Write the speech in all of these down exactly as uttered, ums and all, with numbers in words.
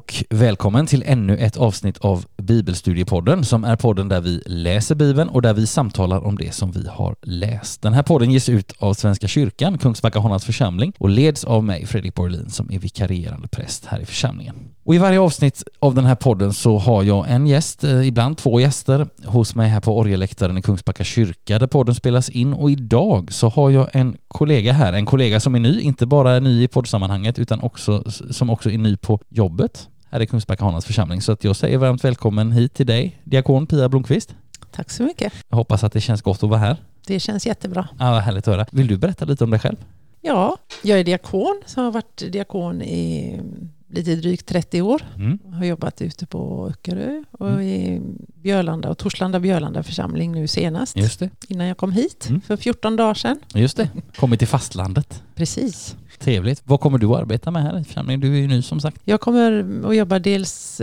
och välkommen till ännu ett avsnitt av Bibelstudiepodden, som är podden där vi läser Bibeln och där vi samtalar om det som vi har läst. Den här podden ges ut av Svenska kyrkan, Kungsbacka Honans församling, och leds av mig, Fredrik Borlin, som är vikarierande präst här i församlingen. Och i varje avsnitt av den här podden så har jag en gäst, ibland två gäster, hos mig här på orgelläktaren i Kungsbacka kyrka där podden spelas in. Och idag så har jag en kollega här, en kollega som är ny, inte bara ny i poddsammanhanget utan också som också är ny på jobbet här i Kungsbacka Honans församling. Så att jag säger varmt välkommen hit till dig, diakon Pia Blomqvist. Tack så mycket. Jag hoppas att det känns gott att vara här. Det känns jättebra. Ja, vad härligt att höra. Vill du berätta lite om dig själv? Ja, jag är diakon, som har varit diakon i lite drygt trettio år. Mm. Jag har jobbat ute på Öckerö och mm. i Björlanda och Torslanda Björlanda församling nu senast. Just det. Innan jag kom hit mm. för fjorton dagar sedan. Just det, kommit till fastlandet. Precis. Trevligt. Vad kommer du att arbeta med här i församlingen? Du är ju ny som sagt. Jag kommer att jobba dels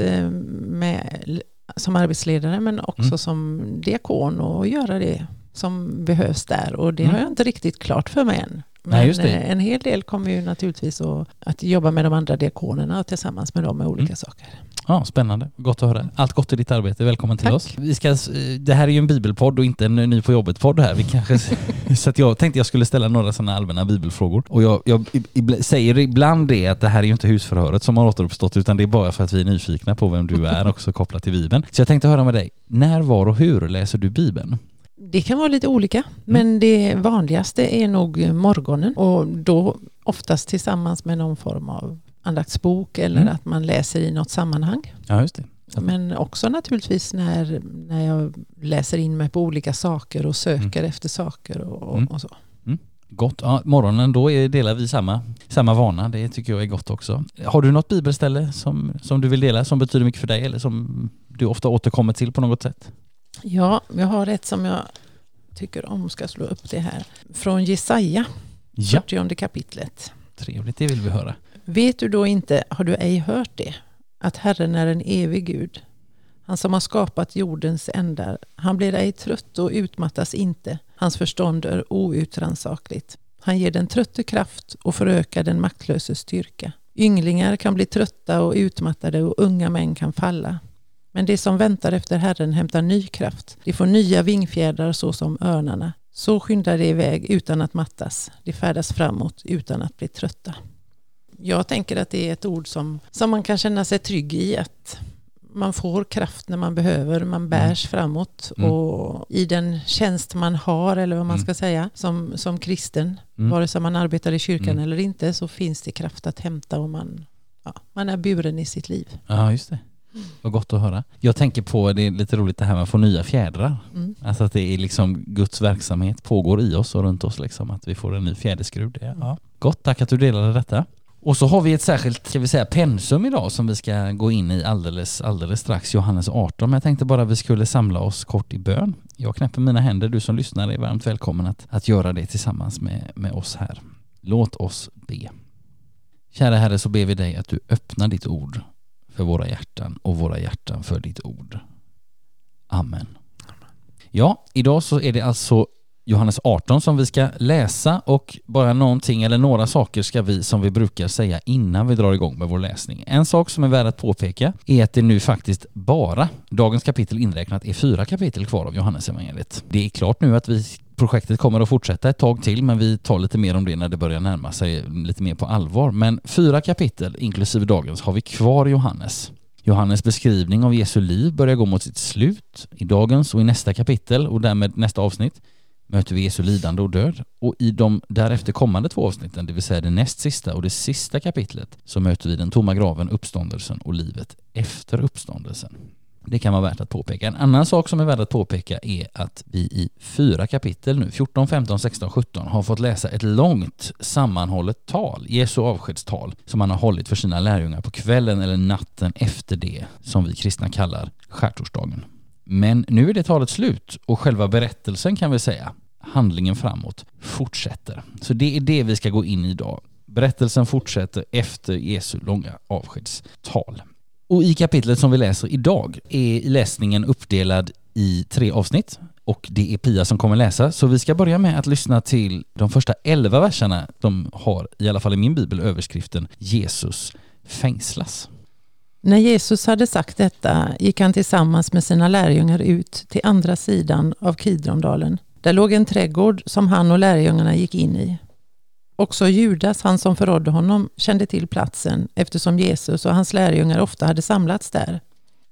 med, som arbetsledare men också mm. som diakon och göra det som behövs där. Och det mm. har jag inte riktigt klart för mig än. Men Nej, just det. En hel del kommer ju naturligtvis att, att jobba med de andra diakonerna och tillsammans med dem med olika mm. saker. Ja, spännande. Gott att höra. Allt gott i ditt arbete. Välkommen till Tack. oss. Vi ska, det här är ju en bibelpodd och inte en ny på jobbet-podd här. Vi kanske, så att jag tänkte jag skulle ställa några sådana allmänna bibelfrågor. Och jag, jag i, säger ibland det att det här är ju inte husförhöret som har återuppstått, utan det är bara för att vi är nyfikna på vem du är också kopplat till Bibeln. Så jag tänkte höra med dig. När, var och hur läser du Bibeln? Det kan vara lite olika, mm. men det vanligaste är nog morgonen och då oftast tillsammans med någon form av andaktsbok eller mm. att man läser i något sammanhang. Ja, just det. Ja. Men också naturligtvis när, när jag läser in mig på olika saker och söker mm. efter saker och, mm. och så. Mm. Gott. Ja, morgonen, då är, delar vi samma, samma vana. Det tycker jag är gott också. Har du något bibelställe som, som du vill dela som betyder mycket för dig eller som du ofta återkommer till på något sätt? Ja, jag har ett som jag tycker om, ska slå upp det här. Från Jesaja, ja. fyrtionde kapitlet. Trevligt, det vill vi höra. Vet du då inte, har du ej hört det, att Herren är en evig Gud? Han som har skapat jordens ändar. Han blir ej trött och utmattas inte. Hans förstånd är outrannsakligt. Han ger den trötte kraft och förökar den maktlöse styrka. Ynglingar kan bli trötta och utmattade och unga män kan falla. Men det som väntar efter Herren hämtar ny kraft. De får nya vingfjädrar så som örnarna. Så skyndar de iväg utan att mattas. De färdas framåt utan att bli trötta. Jag tänker att det är ett ord som, som man kan känna sig trygg i. Att man får kraft när man behöver. Man bärs mm. framåt. Mm. Och i den tjänst man har, eller vad man mm. ska säga, som, som kristen, mm. vare sig man arbetar i kyrkan mm. eller inte, så finns det kraft att hämta och man, ja, man är buren i sitt liv. Ja, just det. Vad gott att höra. Jag tänker på, det är lite roligt det här med att få nya fjädrar. Mm. Alltså att det är liksom Guds verksamhet pågår i oss och runt oss liksom, att vi får en ny fjäderskruv. Det. Ja. Gott, tack att du delade detta. Och så har vi ett särskilt, ska vi säga, pensum idag som vi ska gå in i alldeles, alldeles strax, Johannes arton. Men jag tänkte bara att vi skulle samla oss kort i bön. Jag knäpper mina händer, du som lyssnar är varmt välkommen att, att göra det tillsammans med, med oss här. Låt oss be. Kära Herre, så ber vi dig att du öppnar ditt ord för våra hjärtan och våra hjärtan för ditt ord. Amen. Ja, idag så är det alltså Johannes arton som vi ska läsa, och bara någonting eller några saker ska vi, som vi brukar säga innan vi drar igång med vår läsning. En sak som är värd att påpeka är att det nu faktiskt bara, dagens kapitel inräknat, är fyra kapitel kvar av Johannes evangeliet. Det är klart nu att vi projektet kommer att fortsätta ett tag till, men vi tar lite mer om det när det börjar närma sig lite mer på allvar. Men fyra kapitel, inklusive dagens, har vi kvar i Johannes. Johannes beskrivning av Jesu liv börjar gå mot sitt slut i dagens och i nästa kapitel, och därmed nästa avsnitt möter vi Jesu lidande och död. Och i de därefter kommande två avsnitten, det vill säga det näst sista och det sista kapitlet, så möter vi den tomma graven, uppståndelsen och livet efter uppståndelsen. Det kan vara värt att påpeka. En annan sak som är värd att påpeka är att vi i fyra kapitel nu, fjorton, femton, sexton, sjutton, har fått läsa ett långt sammanhållet tal, Jesu avskedstal, som han har hållit för sina lärjungar på kvällen eller natten efter det som vi kristna kallar skärtorsdagen. Men nu är det talet slut och själva berättelsen, kan vi säga, handlingen framåt, fortsätter. Så det är det vi ska gå in i idag. Berättelsen fortsätter efter Jesu långa avskedstal. Och i kapitlet som vi läser idag är läsningen uppdelad i tre avsnitt, och det är Pia som kommer läsa. Så vi ska börja med att lyssna till de första elva verserna. De har, i alla fall i min bibel, överskriften Jesus fängslas. När Jesus hade sagt detta gick han tillsammans med sina lärjungar ut till andra sidan av Kidrondalen. Där låg en trädgård som han och lärjungarna gick in i. Också Judas, han som förrådde honom, kände till platsen eftersom Jesus och hans lärjungar ofta hade samlats där.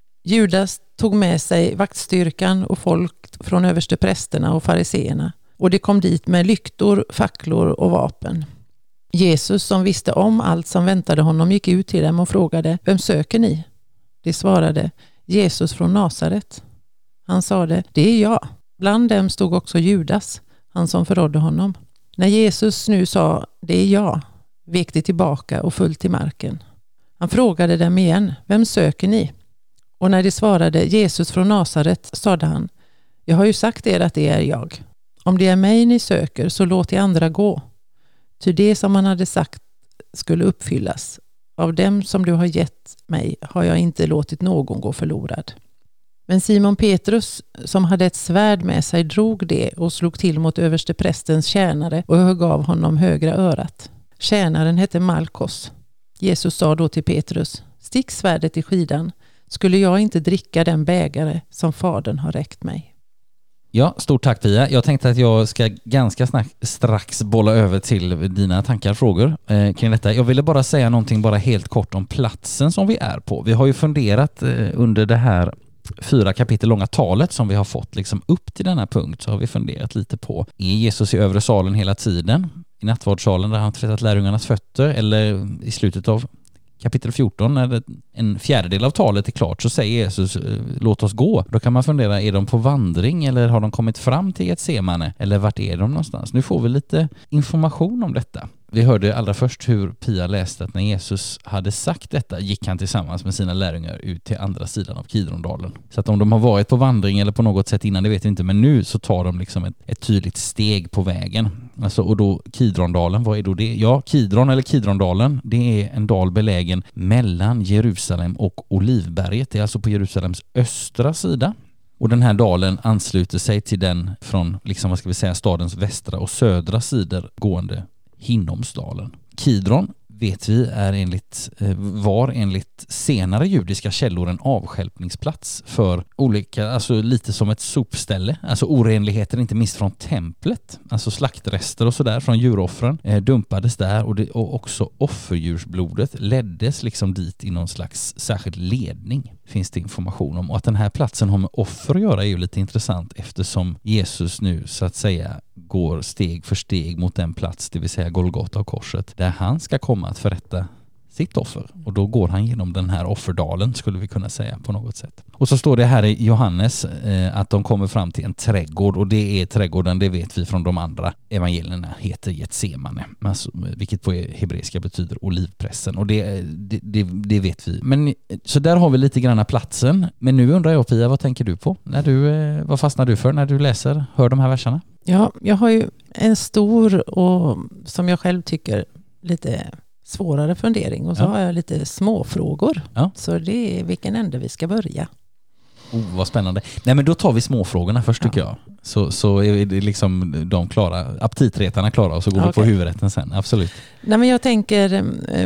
Judas tog med sig vaktstyrkan och folk från översteprästerna och fariseerna, och de kom dit med lyktor, facklor och vapen. Jesus, som visste om allt som väntade honom, gick ut till dem och frågade: vem söker ni? De svarade: Jesus från Nasaret. Han sade: det är jag. Bland dem stod också Judas, han som förrådde honom. När Jesus nu sa: det är jag, vek de tillbaka och föll till marken. Han frågade dem igen: vem söker ni? Och när de svarade: Jesus från Nasaret, sade han: jag har ju sagt er att det är jag. Om det är mig ni söker, så låt de andra gå. Ty det som han hade sagt skulle uppfyllas. Av dem som du har gett mig har jag inte låtit någon gå förlorad. Men Simon Petrus, som hade ett svärd med sig, drog det och slog till mot översteprästens tjänare och högg av honom högra örat. Tjänaren hette Malkos. Jesus sa då till Petrus: stick svärdet i skidan. Skulle jag inte dricka den bägare som fadern har räckt mig? Ja, stort tack Pia. Jag tänkte att jag ska ganska snack, strax bolla över till dina tankar och frågor eh, kring detta. Jag ville bara säga någonting bara helt kort om platsen som vi är på. Vi har ju funderat eh, under det här fyra kapitel långa talet som vi har fått liksom upp till denna punkt, så har vi funderat lite på: är Jesus i övre salen hela tiden? I nattvardssalen där han tvättat lärjungarnas fötter, eller i slutet av kapitel fjorton, när en fjärdedel av talet är klart, så säger Jesus: låt oss gå. Då kan man fundera, är de på vandring eller har de kommit fram till Getsemane, eller vart är de någonstans? Nu får vi lite information om detta. Vi hörde allra först hur Pia läste att när Jesus hade sagt detta gick han tillsammans med sina lärjungar ut till andra sidan av Kidrondalen. Så att om de har varit på vandring eller på något sätt innan, det vet vi inte, men nu så tar de liksom ett, ett tydligt steg på vägen. Alltså, och då Kidrondalen, vad är då det? Ja, Kidron eller Kidrondalen, det är en dal belägen mellan Jerusalem och Olivberget. Det är alltså på Jerusalems östra sida. Och den här dalen ansluter sig till den från, liksom, vad ska vi säga, stadens västra och södra sidor gående Hinnomsdalen. Kidron vet vi är enligt, var enligt senare judiska källor en avstjälpningsplats för olika, alltså lite som ett sopställe, alltså orenligheter inte minst från templet, alltså slaktrester och sådär från djuroffren eh, dumpades där, och, det, och också offerdjursblodet leddes liksom dit i någon slags särskild ledning, finns det information om. Och att den här platsen har med offer att göra är ju lite intressant, eftersom Jesus nu så att säga går steg för steg mot den plats, det vill säga Golgata och korset, där han ska komma att förrätta sitt offer. Och då går han genom den här offerdalen, skulle vi kunna säga på något sätt. Och så står det här i Johannes eh, att de kommer fram till en trädgård, och det är trädgården, det vet vi från de andra evangelierna, heter Getsemane, alltså, vilket på hebreiska betyder olivpressen, och det, det, det, det vet vi. Men så där har vi lite grann platsen. Men nu undrar jag, Pia, vad tänker du på? När du, eh, vad fastnar du för när du läser, hör de här verserna? Ja, jag har ju en stor och, som jag själv tycker, lite svårare fundering, och så ja. har jag lite småfrågor. Ja. Så det är vilken ände vi ska börja. Oh, vad spännande. Nej, men då tar vi småfrågorna först, tycker ja. jag. Så, så är det liksom de klara, aptitretarna klara, och så går okay. vi på huvudrätten sen. Absolut. Nej, men jag tänker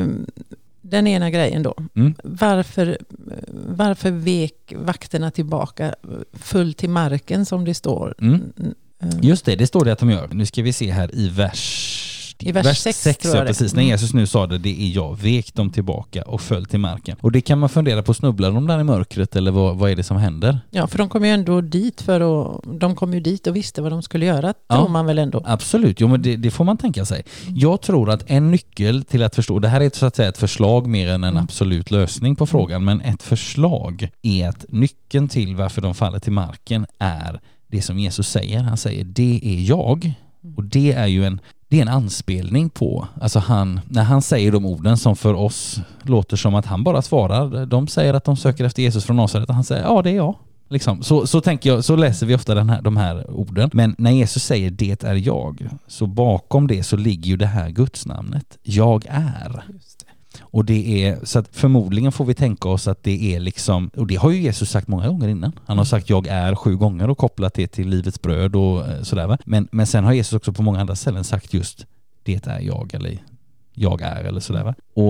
den ena grejen då. Mm. Varför, varför vek vakterna tillbaka full till marken, som det står? Mm. Just det, det står det att de gör. Nu ska vi se här i vers I vers, vers sex, sex tror jag, precis. Mm. När Jesus nu sa det, det är jag, vek dem tillbaka och föll till marken. Och det kan man fundera på, snubblar de där i mörkret, eller vad, vad är det som händer? Ja, för de kom ju ändå dit för att, de kom ju dit och visste vad de skulle göra, ja, tror man väl ändå. Absolut, jo, men det, det får man tänka sig. Jag tror att en nyckel till att förstå, det här är så att säga ett förslag mer än en mm. absolut lösning på frågan, men ett förslag är att nyckeln till varför de faller till marken är det som Jesus säger. Han säger, det är jag. Och det är ju en Det är en anspelning på, alltså han, när han säger de orden som för oss låter som att han bara svarar, de säger att de söker efter Jesus från Nasaret, och han säger, ja, det är jag. Liksom. Så, så tänker jag, så läser vi ofta den här, de här orden. Men när Jesus säger, det är jag, så bakom det så ligger ju det här gudsnamnet, jag är. Just det. Och det är, så att förmodligen får vi tänka oss att det är liksom, och det har ju Jesus sagt många gånger innan. Han har sagt jag är sju gånger och kopplat det till livets bröd och sådär, va? Men, men sen har Jesus också på många andra ställen sagt just det är jag, eller jag är, eller sådär, va? Och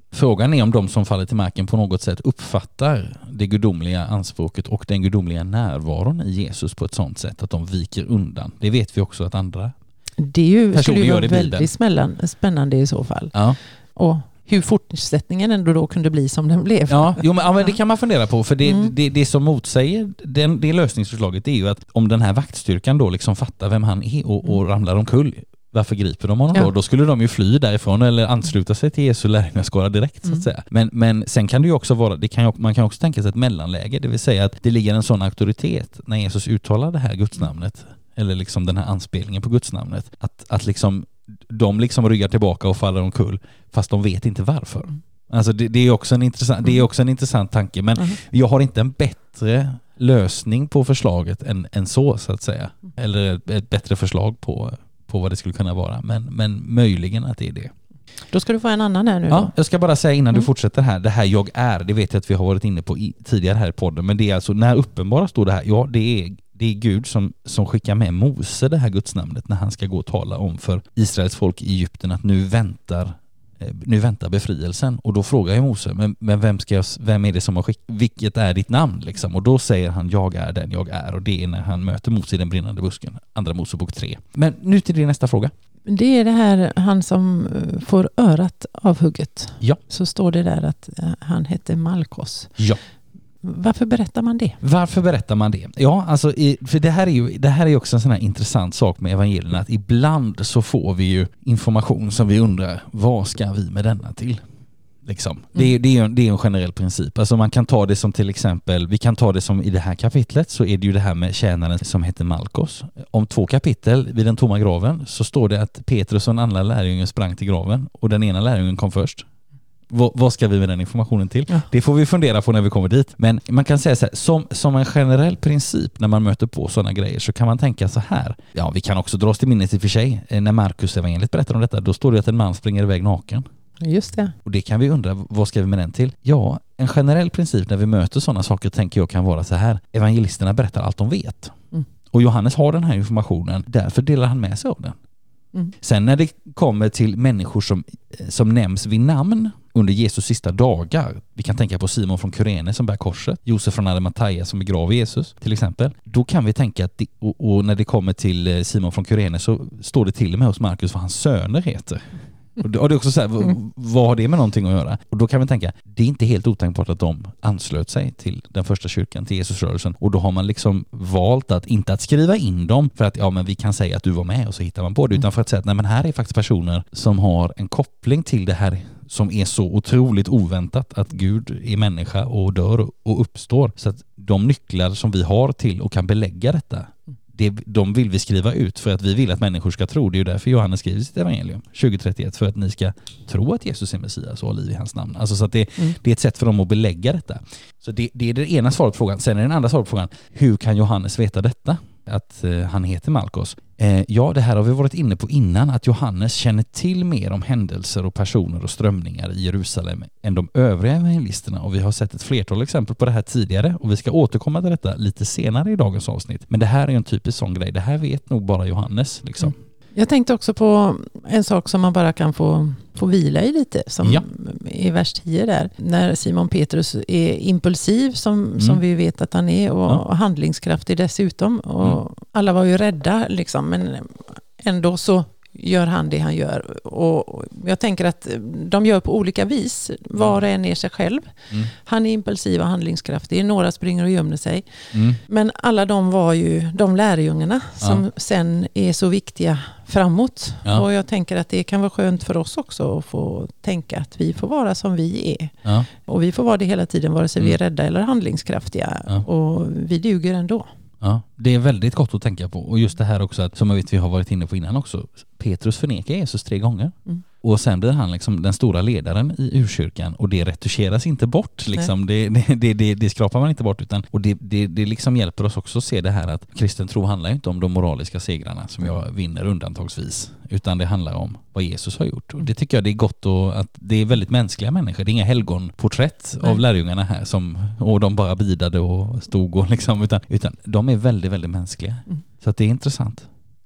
Frågan är om de som faller till marken på något sätt uppfattar det gudomliga anspråket och den gudomliga närvaron i Jesus på ett sånt sätt att de viker undan. Det vet vi också att andra det är ju, personer skulle ju gör vara i Bibeln. väldigt smällande, spännande i så fall. Ja. Och hur fortsättningen ändå då kunde bli som den blev. Ja, jo, men, ja, men det kan man fundera på. För det, Mm. det, det som motsäger den, det lösningsförslaget är ju att om den här vaktstyrkan då liksom fattar vem han är och, och ramlar omkull, varför griper de honom Ja. då? Då skulle de ju fly därifrån eller ansluta sig till Jesu lärjungaskara direkt så att Mm. säga. Men, men sen kan det ju också vara, det kan ju, man kan också tänka sig ett mellanläge, det vill säga att det ligger en sån auktoritet när Jesus uttalar det här gudsnamnet eller liksom den här anspelningen på gudsnamnet att, att liksom de liksom ryggar tillbaka och faller omkull fast de vet inte varför. Mm. Alltså det, det är också en intressant, det är också en intressant tanke, men Mm. jag har inte en bättre lösning på förslaget än, än så så att säga. Eller ett, ett bättre förslag på, på vad det skulle kunna vara, men, men möjligen att det är det. Då ska du få en annan här nu. Ja, Då. jag ska bara säga innan Mm. du fortsätter här, det här jag är, det vet jag att vi har varit inne på i, tidigare här i podden, men det är alltså, när uppenbara står det här, ja det är Det är Gud som, som skickar med Mose det här gudsnamnet när han ska gå och tala om för Israels folk i Egypten att nu väntar, eh, nu väntar befrielsen. Och då frågar jag Mose, men, men vem, ska jag, vem är det som har skickat, vilket är ditt namn? Liksom? Och då säger han, jag är den jag är. Och det är när han möter Mose i den brinnande busken. Andra Mosebok tre. Men nu till din nästa fråga. Det är det här, han som eh, får örat avhugget. Ja. Så står det där att eh, han hette Malkos. Ja. Varför berättar man det? Varför berättar man det? Ja, alltså, i, för det här är ju det här är också en sån här intressant sak med evangelierna, att ibland så får vi ju information som vi undrar, vad ska vi med denna till? Liksom. Mm. Det, är, det, är en, det är en generell princip. Alltså man kan ta det som till exempel, vi kan ta det som i det här kapitlet, så är det ju det här med tjänaren som heter Malkos. Om två kapitel vid den tomma graven så står det att Petrus och den andra lärjungen sprang till graven och den ena lärjungen kom först. V- vad ska vi med den informationen till? Ja. Det får vi fundera på när vi kommer dit. Men man kan säga så här, som, som en generell princip när man möter på sådana grejer så kan man tänka så här. Ja, vi kan också dra oss till minnet i och för sig. När Markus evangeliet berättar om detta, då står det att en man springer iväg naken. Just det. Och det kan vi undra, vad ska vi med den till? Ja, en generell princip när vi möter sådana saker tänker jag kan vara så här. Evangelisterna berättar allt de vet. Mm. Och Johannes har den här informationen, därför delar han med sig av den. Mm. Sen när det kommer till människor som, som nämns vid namn under Jesus sista dagar, vi kan tänka på Simon från Kyrene som bär korset, Josef från Arimathea som begraver Jesus till exempel, då kan vi tänka att det, och, och när det kommer till Simon från Kyrene så står det till och med hos Markus vad hans söner heter. Och det är också så här, mm. vad har det med någonting att göra? Och då kan vi tänka, det är inte helt otänkbart att de anslöt sig till den första kyrkan, till Jesusrörelsen. Och då har man liksom valt att inte att skriva in dem för att ja men vi kan säga att du var med och så hittar man på det. Mm. Utan för att säga att nej men här är faktiskt personer som har en koppling till det här som är så otroligt oväntat, att Gud är människa och dör och uppstår. Så att de nycklar som vi har till och kan belägga detta, det, de vill vi skriva ut för att vi vill att människor ska tro. Det är ju därför Johannes skriver sitt evangelium tjugo trettioett, för att ni ska tro att Jesus är Messias och ha liv i hans namn. Alltså så att det, mm. det är ett sätt för dem att belägga detta. Så det, det är det ena svaret på frågan. Sen är den andra svaret på frågan, hur kan Johannes veta detta? Att eh, han heter Malkos. Eh, ja, det här har vi varit inne på innan, att Johannes känner till mer om händelser och personer och strömningar i Jerusalem än de övriga evangelisterna, och vi har sett ett flertal exempel på det här tidigare och vi ska återkomma till detta lite senare i dagens avsnitt. Men det här är en typisk sån grej, det här vet nog bara Johannes liksom. Mm. Jag tänkte också på en sak som man bara kan få, få vila i lite, som ja. i vers tio där. När Simon Petrus är impulsiv, som, mm. som vi vet att han är, och ja. handlingskraftig dessutom. Och mm. alla var ju rädda, liksom, men ändå så gör han det han gör. Och jag tänker att de gör på olika vis. Var och en är sig själv. Mm. Han är impulsiv och handlingskraftig. Några springer och gömmer sig. Mm. Men alla de var ju de lärjungarna som ja. sen är så viktiga framåt. Ja. Och jag tänker att det kan vara skönt för oss också att få tänka att vi får vara som vi är. Ja. Och vi får vara det hela tiden, vare sig mm. vi är rädda eller handlingskraftiga. Ja. Och vi duger ändå. Ja, det är väldigt gott att tänka på. Och just det här också, att, som jag vet vi har varit inne på innan också, Petrus förnekar Jesus tre gånger. Mm. Och sen blir han liksom den stora ledaren i urkyrkan, och det retuscheras inte bort. Liksom. Det, det, det, det skrapar man inte bort. Utan, och det, det, det liksom hjälper oss också att se det här att kristen tro handlar inte om de moraliska segrarna som jag vinner undantagsvis, utan det handlar om vad Jesus har gjort. Och det tycker jag det är gott, och att det är väldigt mänskliga människor. Det är inga helgonporträtt Nej. av lärjungarna här som och de bara bidade och stod och liksom, utan, utan de är väldigt, väldigt mänskliga. Mm. Så att det är intressant.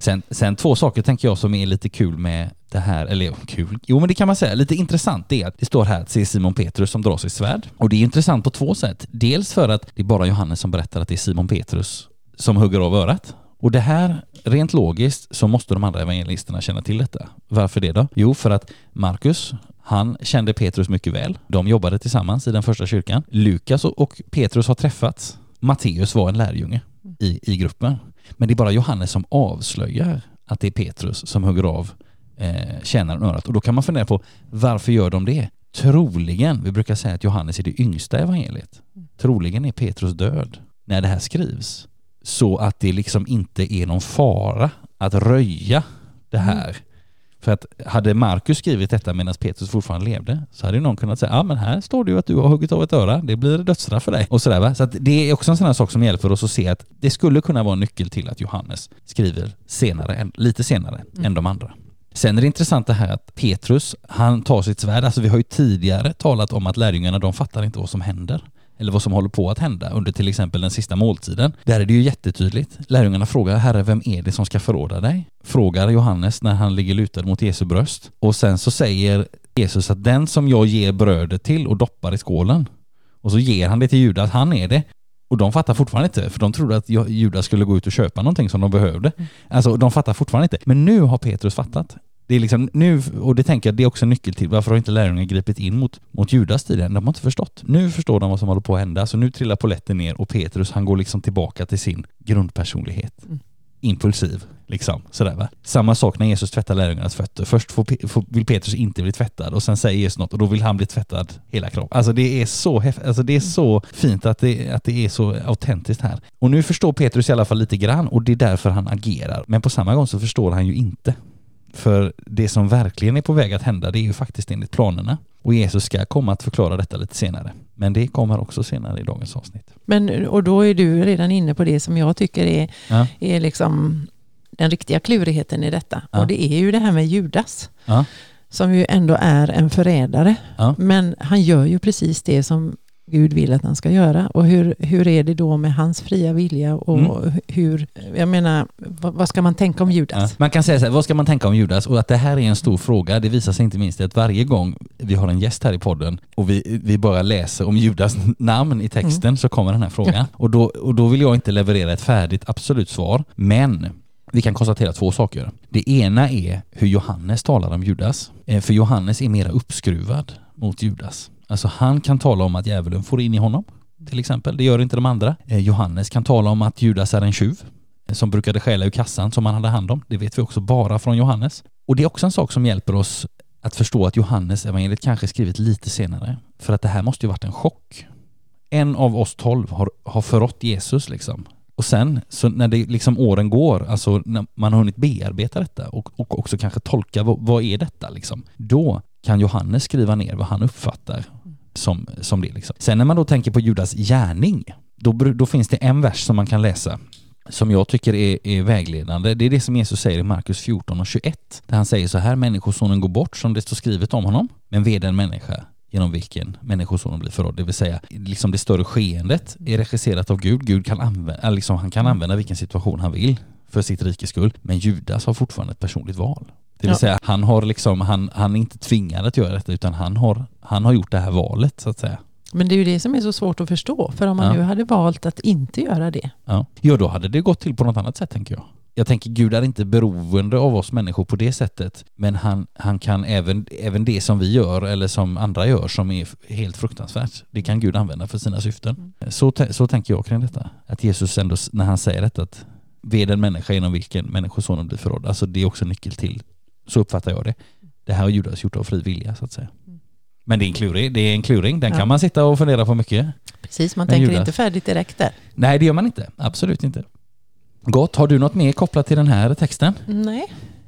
Sen, sen två saker tänker jag som är lite kul med det här, eller kul, jo men det kan man säga, lite intressant det är att det står här att det är Simon Petrus som drar sitt svärd. Och det är intressant på två sätt. Dels för att det är bara Johannes som berättar att det är Simon Petrus som hugger av örat. Och det här, rent logiskt, så måste de andra evangelisterna känna till detta. Varför det då? Jo, för att Markus, han kände Petrus mycket väl. De jobbade tillsammans i den första kyrkan. Lukas och Petrus har träffats. Matteus var en lärjunge i, i gruppen. Men det är bara Johannes som avslöjar att det är Petrus som hugger av eh, tjänaren örat. Och då kan man fundera på, varför gör de det? Troligen, vi brukar säga att Johannes är det yngsta evangeliet. Troligen är Petrus död när det här skrivs. Så att det liksom inte är någon fara att röja det här. Mm. För att hade Markus skrivit detta medan Petrus fortfarande levde, så hade någon kunnat säga, ja ah, men här står det ju att du har huggit av ett öra, det blir dödsstraff för dig. Och sådär, va? Så att det är också en sån här sak som hjälper oss att se att det skulle kunna vara en nyckel till att Johannes skriver senare, lite senare mm. än de andra. Sen är det intressant det här att Petrus, han tar sitt svärd. Alltså vi har ju tidigare talat om att lärjungarna, de fattar inte vad som händer. Eller vad som håller på att hända under till exempel den sista måltiden. Där är det ju jättetydligt. Lärjungarna frågar, Herre, vem är det som ska förråda dig? Frågar Johannes när han ligger lutad mot Jesu bröst. Och sen så säger Jesus att den som jag ger brödet till och doppar i skålen. Och så ger han det till Judas, han är det. Och de fattar fortfarande inte, för de trodde att Judas skulle gå ut och köpa någonting som de behövde. Alltså de fattar fortfarande inte. Men nu har Petrus fattat. Det är liksom nu, och det tänker jag, det är också en nyckel till varför har inte lärjungarna gripit in mot, mot Judas tidigare. De har inte förstått. Nu förstår de vad som håller på att hända. Så nu trillar polletten ner och Petrus, han går liksom tillbaka till sin grundpersonlighet. Mm. Impulsiv, liksom. Sådär, va? Samma sak när Jesus tvättar lärjungarnas fötter. Först får, får, vill Petrus inte bli tvättad och sen säger Jesus något och då vill han bli tvättad hela kroppen. Alltså det är så häftigt, alltså det är så fint att det, att det är så autentiskt här. Och nu förstår Petrus i alla fall lite grann och det är därför han agerar. Men på samma gång så förstår han ju inte. För det som verkligen är på väg att hända, det är ju faktiskt enligt planerna. Och Jesus ska komma att förklara detta lite senare. Men det kommer också senare i dagens avsnitt. Men, och då är du redan inne på det som jag tycker är, ja. är liksom den riktiga klurigheten i detta. Ja. Och det är ju det här med Judas. Ja. Som ju ändå är en förrädare. Ja. Men han gör ju precis det som Gud vill att han ska göra. Och hur, hur är det då med hans fria vilja och mm. hur, jag menar, vad, vad ska man tänka om Judas? Ja. Man kan säga så här, vad ska man tänka om Judas? Och att det här är en stor fråga, det visar sig inte minst att varje gång vi har en gäst här i podden och vi, vi bara läser om Judas namn i texten mm. så kommer den här frågan. Ja. Och, då, och då vill jag inte leverera ett färdigt absolut svar, men vi kan konstatera två saker. Det ena är hur Johannes talar om Judas. För Johannes är mera uppskruvad mot Judas. Alltså han kan tala om att djävulen får in i honom, till exempel. Det gör inte de andra. Eh, Johannes kan tala om att Judas är en tjuv eh, som brukade stjäla ur kassan som han hade hand om. Det vet vi också bara från Johannes. Och det är också en sak som hjälper oss att förstå att Johannes evangeliet kanske skrivit lite senare. För att det här måste ju varit en chock. En av oss tolv har, har förrått Jesus liksom. Och sen, så när det liksom åren går, alltså när man har hunnit bearbeta detta och, och också kanske tolka vad, vad är detta liksom, då kan Johannes skriva ner vad han uppfattar som, som det liksom. Sen när man då tänker på Judas gärning, då, då finns det en vers som man kan läsa som jag tycker är, är vägledande. Det är det som Jesus säger i Markus fjorton och tjugoett. Där han säger så här, människosonen går bort som det står skrivet om honom, men ved en människa genom vilken människosonen blir förrådd. Det vill säga, liksom det större skeendet är regisserat av Gud. Gud kan använda, liksom, han kan använda vilken situation han vill för sitt rikes skull. Men Judas har fortfarande ett personligt val. Det vill ja. säga, han har liksom, han, han är inte tvingad att göra detta, utan han har, han har gjort det här valet, så att säga. Men det är ju det som är så svårt att förstå. För om man ja. nu hade valt att inte göra det. Ja. ja, då hade det gått till på något annat sätt, tänker jag. Jag tänker, Gud är inte beroende av oss människor på det sättet. Men han, han kan även, även det som vi gör eller som andra gör som är helt fruktansvärt. Det kan Gud använda för sina syften. Mm. Så, så tänker jag kring detta. Att Jesus ändå, när han säger detta, att ved en människa genom vilken människosonen blir förrådd. Alltså det är också en nyckel till. Så uppfattar jag det. Det här har Judas gjort av fri vilja, så att säga. Mm. Men det är en kluring. Det är en kluring. Den ja. kan man sitta och fundera på mycket. Precis, man Men tänker Judas. inte färdigt direkt där. Nej, det gör man inte. Absolut inte. Gott, har du något mer kopplat till den här texten? Nej.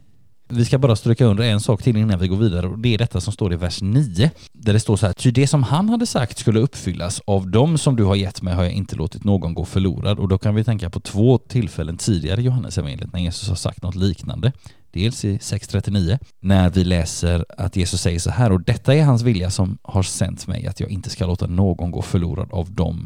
Vi ska bara stryka under en sak till innan vi går vidare, och det är detta som står i vers nio. Där det står så här, ty det som han hade sagt skulle uppfyllas, av dem som du har gett mig har jag inte låtit någon gå förlorad. Och då kan vi tänka på två tillfällen tidigare i Johannes evangeliet när Jesus har sagt något liknande. Dels i sex trettionio när vi läser att Jesus säger så här, och detta är hans vilja som har sänt mig, att jag inte ska låta någon gå förlorad av dem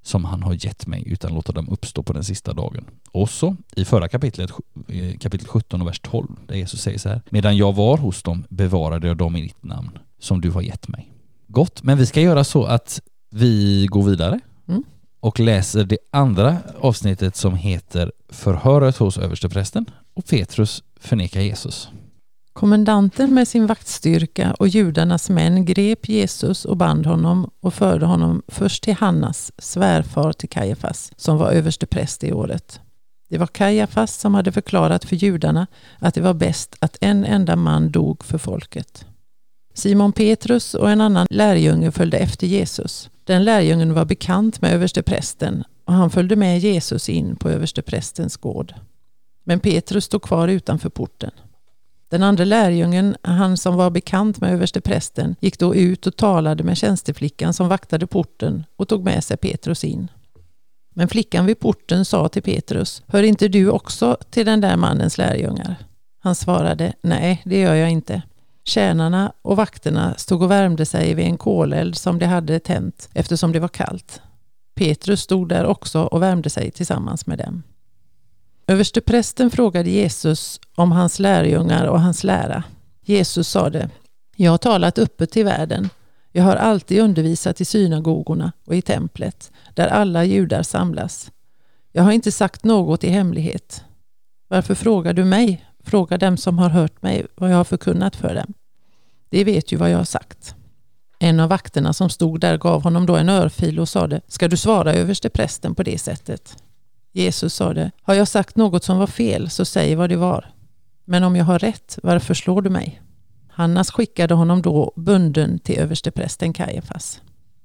som han har gett mig, utan låta dem uppstå på den sista dagen. Och så i förra kapitlet, kapitel sjutton och vers tolv, där Jesus säger så här: medan jag var hos dem bevarade jag dem i ditt namn som du har gett mig. Gott, men vi ska göra så att vi går vidare mm. och läser det andra avsnittet som heter Förhöret hos översteprästen och Petrus förnekar Jesus. Kommendanten med sin vaktstyrka och judarnas män grep Jesus och band honom och förde honom först till Hannas, svärfar till Kajafas, som var överstepräst i året. Det var Kajafas som hade förklarat för judarna att det var bäst att en enda man dog för folket. Simon Petrus och en annan lärjunge följde efter Jesus. Den lärjungen var bekant med översteprästen och han följde med Jesus in på översteprästens gård. Men Petrus stod kvar utanför porten. Den andra lärjungen, han som var bekant med översteprästen, gick då ut och talade med tjänsteflickan som vaktade porten och tog med sig Petrus in. Men flickan vid porten sa till Petrus: hör inte du också till den där mannens lärjungar? Han svarade: nej, det gör jag inte. Tjänarna och vakterna stod och värmde sig vid en koleld som de hade tänt eftersom det var kallt. Petrus stod där också och värmde sig tillsammans med dem. Översteprästen frågade Jesus om hans lärjungar och hans lära. Jesus sade: jag har talat öppet till världen. Jag har alltid undervisat i synagogorna och i templet, där alla judar samlas. Jag har inte sagt något i hemlighet. Varför frågar du mig? Fråga dem som har hört mig vad jag har förkunnat för dem. De vet ju vad jag har sagt. En av vakterna som stod där gav honom då en örfil och sade: ska du svara översteprästen på det sättet? Jesus sade: har jag sagt något som var fel, så säg vad det var. Men om jag har rätt, varför slår du mig? Hannas skickade honom då bunden till översteprästen Kajafas.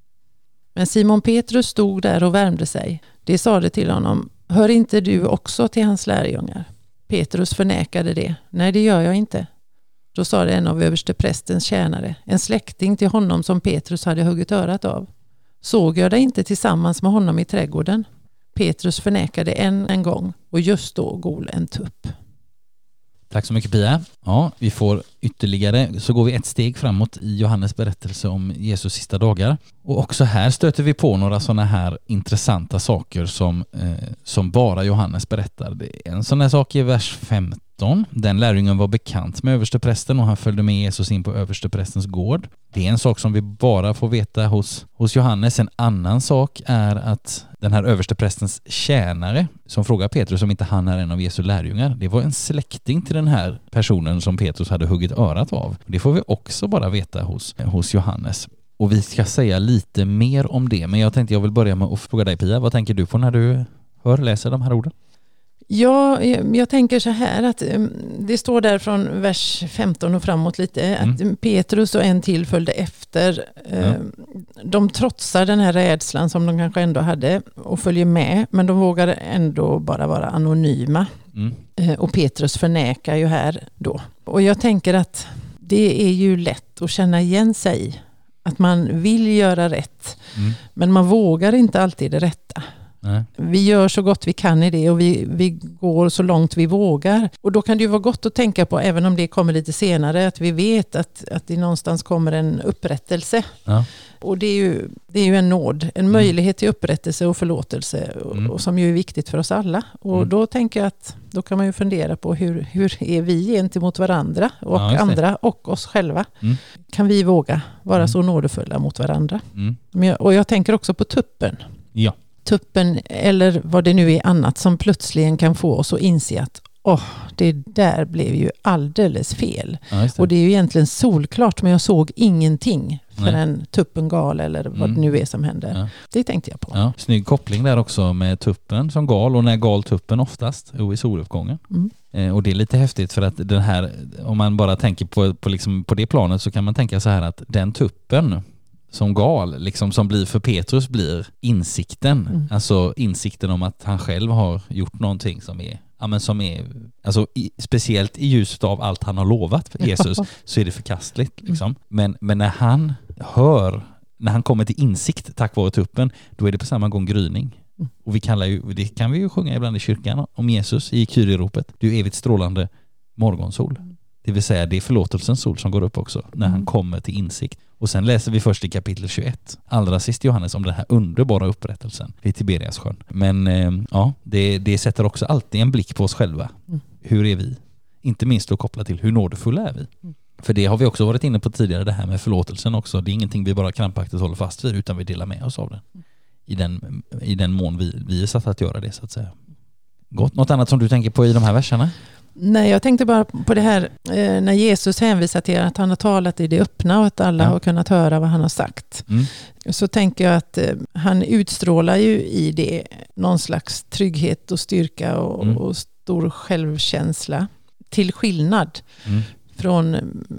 Men Simon Petrus stod där och värmde sig. De sade till honom: hör inte du också till hans lärjungar? Petrus förnekade det. Nej, det gör jag inte. Då sa det en av översteprästens tjänare, en släkting till honom som Petrus hade huggit örat av: såg jag dig inte tillsammans med honom i trädgården? Petrus förnekade än en gång och just då gol en tupp. Tack så mycket, Pia. Ja, vi får ytterligare, så går vi ett steg framåt i Johannes berättelse om Jesus sista dagar. Och också här stöter vi på några sådana här intressanta saker som, eh, som bara Johannes berättar. En sån här sak i vers femton. Den lärjungen var bekant med översteprästen och han följde med Jesus in på översteprästens gård. Det är en sak som vi bara får veta hos, hos Johannes. En annan sak är att den här översteprästens tjänare som frågar Petrus om inte han är en av Jesu lärjungar, det var en släkting till den här personen som Petrus hade huggit örat av. Det får vi också bara veta hos, hos Johannes. Och vi ska säga lite mer om det, men jag tänkte jag vill börja med att fråga dig, Pia, vad tänker du på när du hör, läser de här orden? Ja, jag tänker så här att det står där från vers femton och framåt lite att mm. Petrus och en till följde efter. Ja. De trotsar den här rädslan som de kanske ändå hade och följer med, men de vågar ändå bara vara anonyma. Mm. Och Petrus förnekar ju här då. Och jag tänker att det är ju lätt att känna igen sig, att man vill göra rätt, mm. men man vågar inte alltid det rätta. Nej. Vi gör så gott vi kan i det och vi, vi går så långt vi vågar. Och då kan det ju vara gott att tänka på, även om det kommer lite senare, att vi vet att, att det någonstans kommer en upprättelse. Ja. Och det är, ju, det är ju en nåd, en mm. möjlighet till upprättelse och förlåtelse och, mm. och som ju är viktigt för oss alla. Och mm. då tänker jag att då kan man ju fundera på hur, hur är vi gentemot varandra och ja, andra och oss själva. Mm. Kan vi våga vara mm. så nådefulla mot varandra? Mm. Men jag, och jag tänker också på tuppen. Ja. Tuppen eller vad det nu är annat som plötsligen kan få oss att inse att åh, det där blev ju alldeles fel. Ja, och det är ju egentligen solklart, men jag såg ingenting förrän tuppen gal eller vad mm. det nu är som händer. Ja. Det tänkte jag på. Ja, snygg koppling där också med tuppen som gal, och när gal tuppen oftast? Jo, i soluppgången. Mm. Eh, och det är lite häftigt för att den här, om man bara tänker på, på, liksom, på det planet, så kan man tänka så här att den tuppen som gal, liksom som blir för Petrus, blir insikten. Mm. Alltså insikten om att han själv har gjort någonting som är, ja, men som är alltså i, speciellt i ljuset av allt han har lovat för Jesus, så är det förkastligt. Liksom. Mm. Men, men när han hör, när han kommer till insikt tack vare tuppen, då är det på samma gång gryning. Mm. Och vi kallar ju, det kan vi ju sjunga ibland i kyrkan om Jesus i Kyrie-ropet. Du är evigt strålande morgonsol. Mm. Det vill säga det är förlåtelsens sol som går upp också när mm. han kommer till insikt. Och sen läser vi först i kapitel tjugoett, allra sist Johannes, om den här underbara upprättelsen vid Tiberiassjön. Men eh, ja, det, det sätter också alltid en blick på oss själva. Mm. Hur är vi? Inte minst då kopplat till hur nådefulla är vi? Mm. För det har vi också varit inne på tidigare, det här med förlåtelsen också. Det är ingenting vi bara krampaktigt håller fast vid, utan vi delar med oss av den. I den, i den mån vi, vi är satt att göra det, så att säga. Gott. Något annat som du tänker på i de här verserna? Nej, jag tänkte bara på det här eh, när Jesus hänvisar till att han har talat i det öppna och att alla ja. har kunnat höra vad han har sagt. Mm. Så tänker jag att eh, han utstrålar ju i det någon slags trygghet och styrka och, mm. och stor självkänsla. Till skillnad mm. från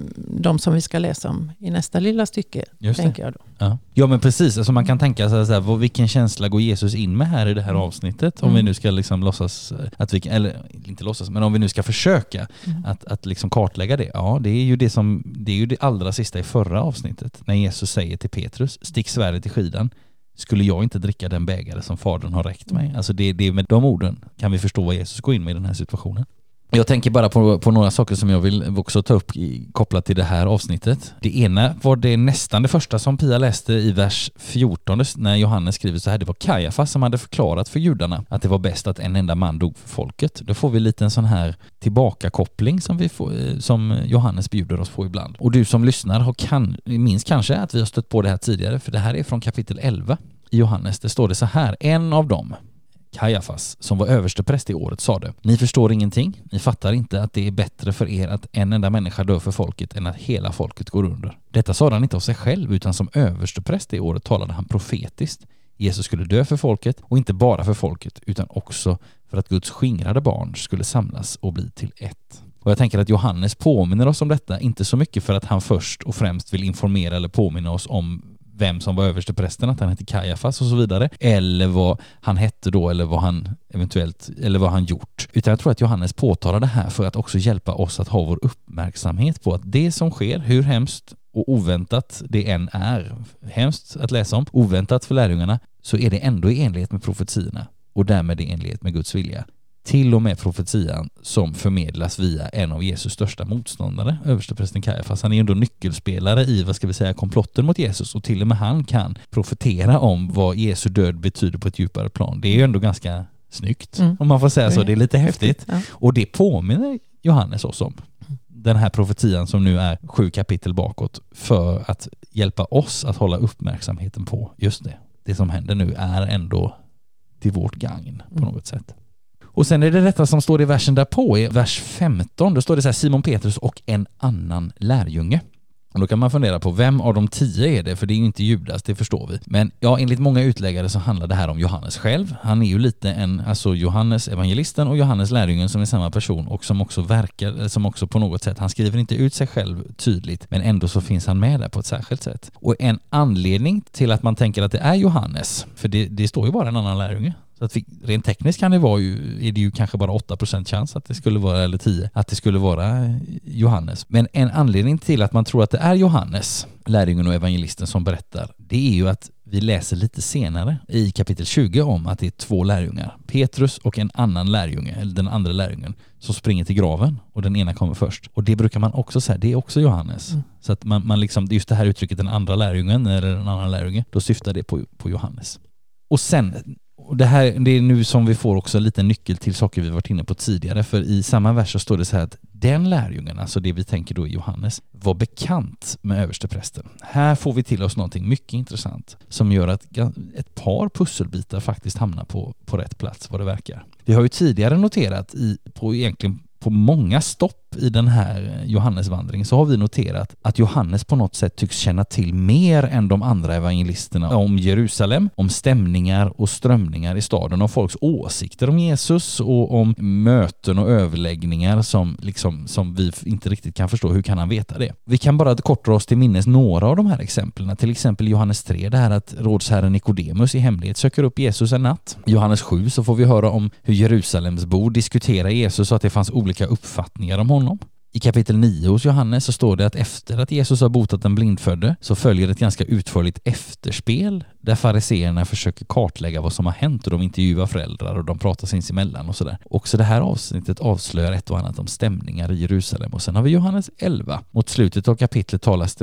de som vi ska läsa om i nästa lilla stycke, Just tänker det. jag då. Ja. ja, men precis. Alltså man kan tänka sig så här, vilken känsla går Jesus in med här i det här avsnittet? Om mm. vi nu ska liksom låtsas, att vi, eller inte låtsas, men om vi nu ska försöka mm. att, att liksom kartlägga det. Ja, det är ju det som, det är ju det allra sista i förra avsnittet, när Jesus säger till Petrus, stick svärdet i skidan. Skulle jag inte dricka den bägare som fadern har räckt mig? Alltså det, det med de orden kan vi förstå vad Jesus går in med i den här situationen. Jag tänker bara på, på några saker som jag vill också ta upp i, kopplat till det här avsnittet. Det ena var det nästan det första som Pia läste i vers fjorton när Johannes skriver så här. Det var Kajafas som hade förklarat för judarna att det var bäst att en enda man dog för folket. Då får vi lite en sån här tillbakakoppling som, vi får, som Johannes bjuder oss på ibland. Och du som lyssnar har kan, minns kanske att vi har stött på det här tidigare, för det här är från kapitel elva i Johannes. Det står det så här. En av dem, Kajafas, som var överstepräst i året, sa det: ni förstår ingenting, ni fattar inte att det är bättre för er att en enda människa dör för folket än att hela folket går under. Detta sa han inte av sig själv, utan som överstepräst i året talade han profetiskt. Jesus skulle dö för folket, och inte bara för folket utan också för att Guds skingrade barn skulle samlas och bli till ett. Och jag tänker att Johannes påminner oss om detta, inte så mycket för att han först och främst vill informera eller påminna oss om vem som var översteprästen, att han hette Kajafas och så vidare, eller vad han hette då, eller vad han eventuellt, eller vad han gjort. Utan jag tror att Johannes påtalar det här för att också hjälpa oss att ha vår uppmärksamhet på att det som sker, hur hemskt och oväntat det än är, hemskt att läsa om, oväntat för lärjungarna, så är det ändå i enlighet med profetierna och därmed i enlighet med Guds vilja. Till och med profetian som förmedlas via en av Jesus största motståndare, översteprästen Kajafas. Han är ju ändå nyckelspelare i, vad ska vi säga, komplotten mot Jesus, och till och med han kan profetera om vad Jesu död betyder på ett djupare plan. Det är ju ändå ganska snyggt, mm. om man får säga så. Det är lite häftigt. Ja. Och det påminner Johannes oss om. Den här profetian som nu är sju kapitel bakåt, för att hjälpa oss att hålla uppmärksamheten på just det. Det som händer nu är ändå till vårt gagn på något sätt. Och sen är det detta som står i versen därpå, i vers femton. Då står det så här: Simon Petrus och en annan lärjunge. Och då kan man fundera på vem av de tio är det, för det är ju inte Judas, det förstår vi. Men ja, enligt många utläggare så handlar det här om Johannes själv. Han är ju lite en, alltså Johannes evangelisten och Johannes lärjungen som är samma person, och som också verkar, som också på något sätt, han skriver inte ut sig själv tydligt, men ändå så finns han med där på ett särskilt sätt. Och en anledning till att man tänker att det är Johannes, för det, det står ju bara en annan lärjunge. Så att vi, rent tekniskt kan det vara ju, är det ju kanske bara åtta procent chans att det skulle vara, eller tio, att det skulle vara Johannes. Men en anledning till att man tror att det är Johannes, lärjungen och evangelisten, som berättar, det är ju att vi läser lite senare i kapitel tjugo om att det är två lärjungar, Petrus och en annan lärjunge, eller den andra lärjungen, som springer till graven, och den ena kommer först. Och det brukar man också säga, det är också Johannes. Mm. Så att man, man liksom, just det här uttrycket den andra lärjungen eller den andra lärjungen, då syftar det på, på Johannes. Och sen, och det här, det är nu som vi får också lite nyckel till saker vi varit inne på tidigare, för i samma vers så står det så här att den lärjungen, alltså det vi tänker då i Johannes, var bekant med översteprästen. Här får vi till oss någonting mycket intressant som gör att ett par pusselbitar faktiskt hamnar på, på rätt plats, vad det verkar. Vi har ju tidigare noterat i, på egentligen på många stopp i den här Johannesvandringen, så har vi noterat att Johannes på något sätt tycks känna till mer än de andra evangelisterna om Jerusalem, om stämningar och strömningar i staden, om folks åsikter om Jesus och om möten och överläggningar som, liksom, som vi inte riktigt kan förstå. Hur kan han veta det? Vi kan bara kort dra oss till minnes några av de här exemplen. Till exempel Johannes tre, det här att rådsherren Nikodemus i hemlighet söker upp Jesus en natt. I Johannes sju så får vi höra om hur Jerusalems bor diskuterar Jesus och att det fanns olika uppfattningar om honom. I kapitel nio hos Johannes så står det att efter att Jesus har botat den blindfödde så följer ett ganska utförligt efterspel där fariseerna försöker kartlägga vad som har hänt, och de intervjuar föräldrar och de pratar sinsemellan och sådär. Också det här avsnittet avslöjar ett och annat om stämningar i Jerusalem. Och sen har vi Johannes elva. Mot slutet av kapitlet talas det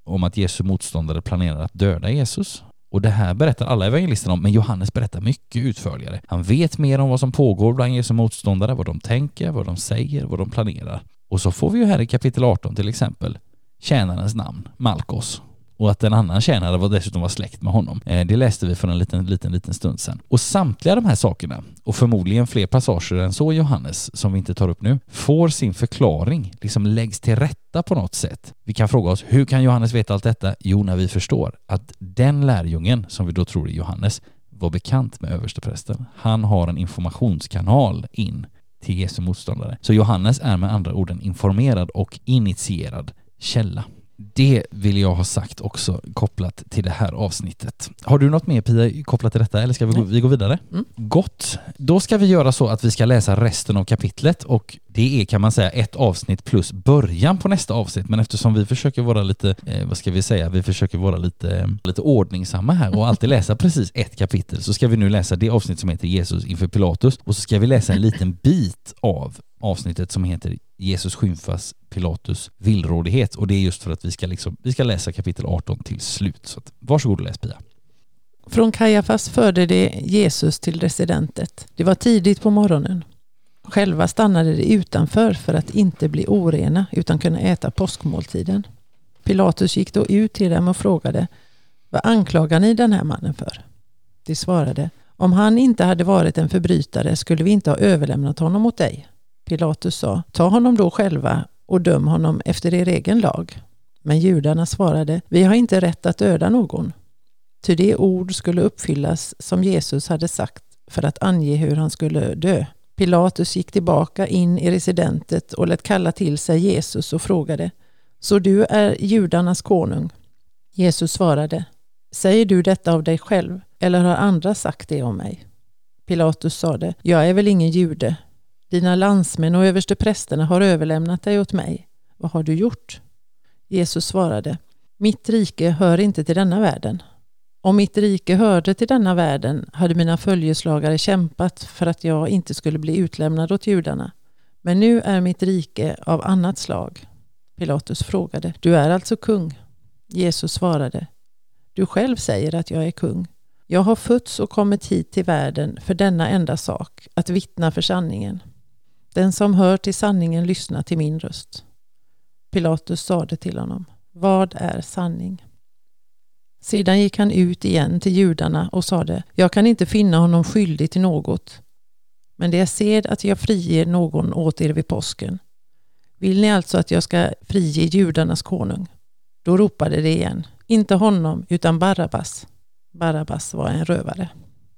om att Jesu motståndare planerar att döda Jesus. Och det här berättar alla evangelisterna om, men Johannes berättar mycket utförligare. Han vet mer om vad som pågår bland Jesu motståndare, vad de tänker, vad de säger, vad de planerar. Och så får vi ju här i kapitel arton till exempel tjänarens namn, Malkos. Och att en annan tjänare var dessutom var släkt med honom. Det läste vi för en liten, liten, liten stund sedan. Och samtliga de här sakerna, och förmodligen fler passager än så Johannes, som vi inte tar upp nu, får sin förklaring, liksom läggs till rätta på något sätt. Vi kan fråga oss, hur kan Johannes veta allt detta? Jo, när vi förstår att den lärjungen, som vi då tror är Johannes, var bekant med översteprästen. Han har en informationskanal in till Jesu motståndare. Så Johannes är med andra ord en informerad och initierad källa. Det vill jag ha sagt också kopplat till det här avsnittet. Har du något mer, Pia, kopplat till detta eller ska vi gå, vi gå vidare? Mm. Gott. Då ska vi göra så att vi ska läsa resten av kapitlet och det är, kan man säga, ett avsnitt plus början på nästa avsnitt. Men eftersom vi försöker vara lite, eh, vad ska vi säga, vi försöker vara lite, lite ordningsamma här och alltid läsa precis ett kapitel, så ska vi nu läsa det avsnitt som heter Jesus inför Pilatus och så ska vi läsa en liten bit av avsnittet som heter Jesus skymfas Pilatus villrådighet, och det är just för att vi ska, liksom, vi ska läsa kapitel arton till slut. Så att, varsågod och läs, Pia. Från Kajafas förde det Jesus till residentet. Det var tidigt på morgonen. Själva stannade de utanför för att inte bli orena utan kunna äta påskmåltiden. Pilatus gick då ut till dem och frågade: vad anklagar ni den här mannen för? De svarade: om han inte hade varit en förbrytare skulle vi inte ha överlämnat honom åt dig. Pilatus sa: ta honom då själva och döm honom efter er egen lag. Men judarna svarade: vi har inte rätt att döda någon. Ty det ord skulle uppfyllas som Jesus hade sagt för att ange hur han skulle dö. Pilatus gick tillbaka in i residentet och lät kalla till sig Jesus och frågade: så du är judarnas konung? Jesus svarade: säger du detta av dig själv eller har andra sagt det om mig? Pilatus sade: jag är väl ingen jude. Dina landsmän och översteprästerna har överlämnat dig åt mig. Vad har du gjort? Jesus svarade: mitt rike hör inte till denna världen. Om mitt rike hörde till denna världen hade mina följeslagare kämpat för att jag inte skulle bli utlämnad åt judarna. Men nu är mitt rike av annat slag. Pilatus frågade: du är alltså kung? Jesus svarade: du själv säger att jag är kung. Jag har fötts och kommit hit till världen för denna enda sak, att vittna för sanningen. Den som hör till sanningen lyssnar till min röst. Pilatus sade till honom: vad är sanning? Sedan gick han ut igen till judarna och sade: jag kan inte finna honom skyldig till något. Men det är sed att jag friger någon åt er vid påsken. Vill ni alltså att jag ska frige judarnas konung? Då ropade det igen: inte honom utan Barabbas. Barabbas var en rövare.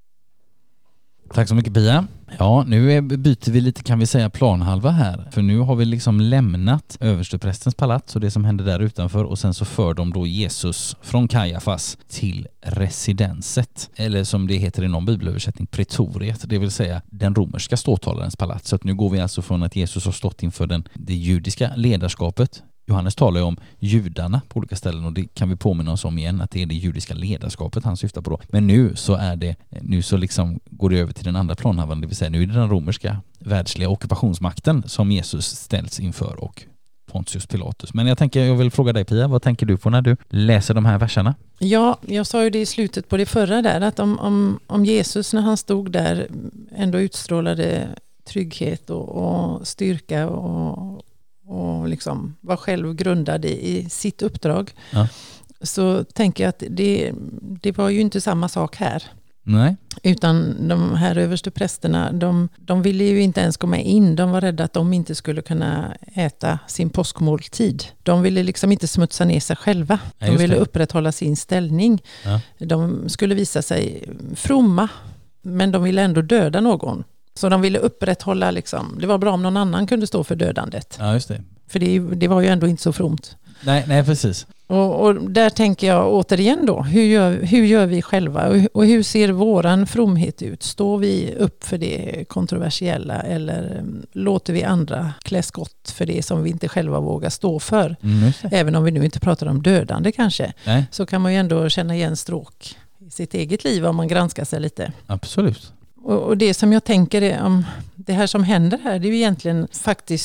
Tack så mycket, Pia. Ja, nu är, byter vi lite, kan vi säga, planhalva här. För nu har vi liksom lämnat översteprästens palats och det som hände där utanför, och sen så för de då Jesus från Kajafas till residenset. Eller som det heter i någon bibelöversättning, pretoriet, det vill säga den romerska ståthållarens palats. Så att nu går vi alltså från att Jesus har stått inför den, det judiska ledarskapet. Johannes talar ju om judarna på olika ställen och det kan vi påminna oss om igen, att det är det judiska ledarskapet han syftar på då. Men nu så är det, nu så liksom går det över till den andra planhalvan, det vill säga nu är det den romerska världsliga ockupationsmakten som Jesus ställs inför och Pontius Pilatus. Men jag tänker, jag vill fråga dig, Pia, vad tänker du på när du läser de här verserna? Ja, jag sa ju det i slutet på det förra där, att om, om, om Jesus när han stod där ändå utstrålade trygghet och, och styrka och och liksom var själv grundad i, i sitt uppdrag, ja, så tänker jag att det, det var ju inte samma sak här. Nej. Utan de här överste prästerna, de, de ville ju inte ens gå med in. De var rädda att de inte skulle kunna äta sin påskmåltid. De ville liksom inte smutsa ner sig själva. De ja, ville det. upprätthålla sin ställning. Ja. De skulle visa sig fromma, men de ville ändå döda någon. Så de ville upprätthålla, liksom, det var bra om någon annan kunde stå för dödandet. Ja, just det. För det, det var ju ändå inte så fromt. Nej, nej precis. Och, och där tänker jag återigen då, hur gör, hur gör vi själva? Och, och hur ser våran fromhet ut? Står vi upp för det kontroversiella eller um, låter vi andra klä skott för det som vi inte själva vågar stå för? Mm, Även om vi nu inte pratar om dödande kanske, nej, så kan man ju ändå känna igen stråk i sitt eget liv om man granskar sig lite. Absolut. Och, och det som jag tänker är om det här som händer här, det är ju egentligen faktiskt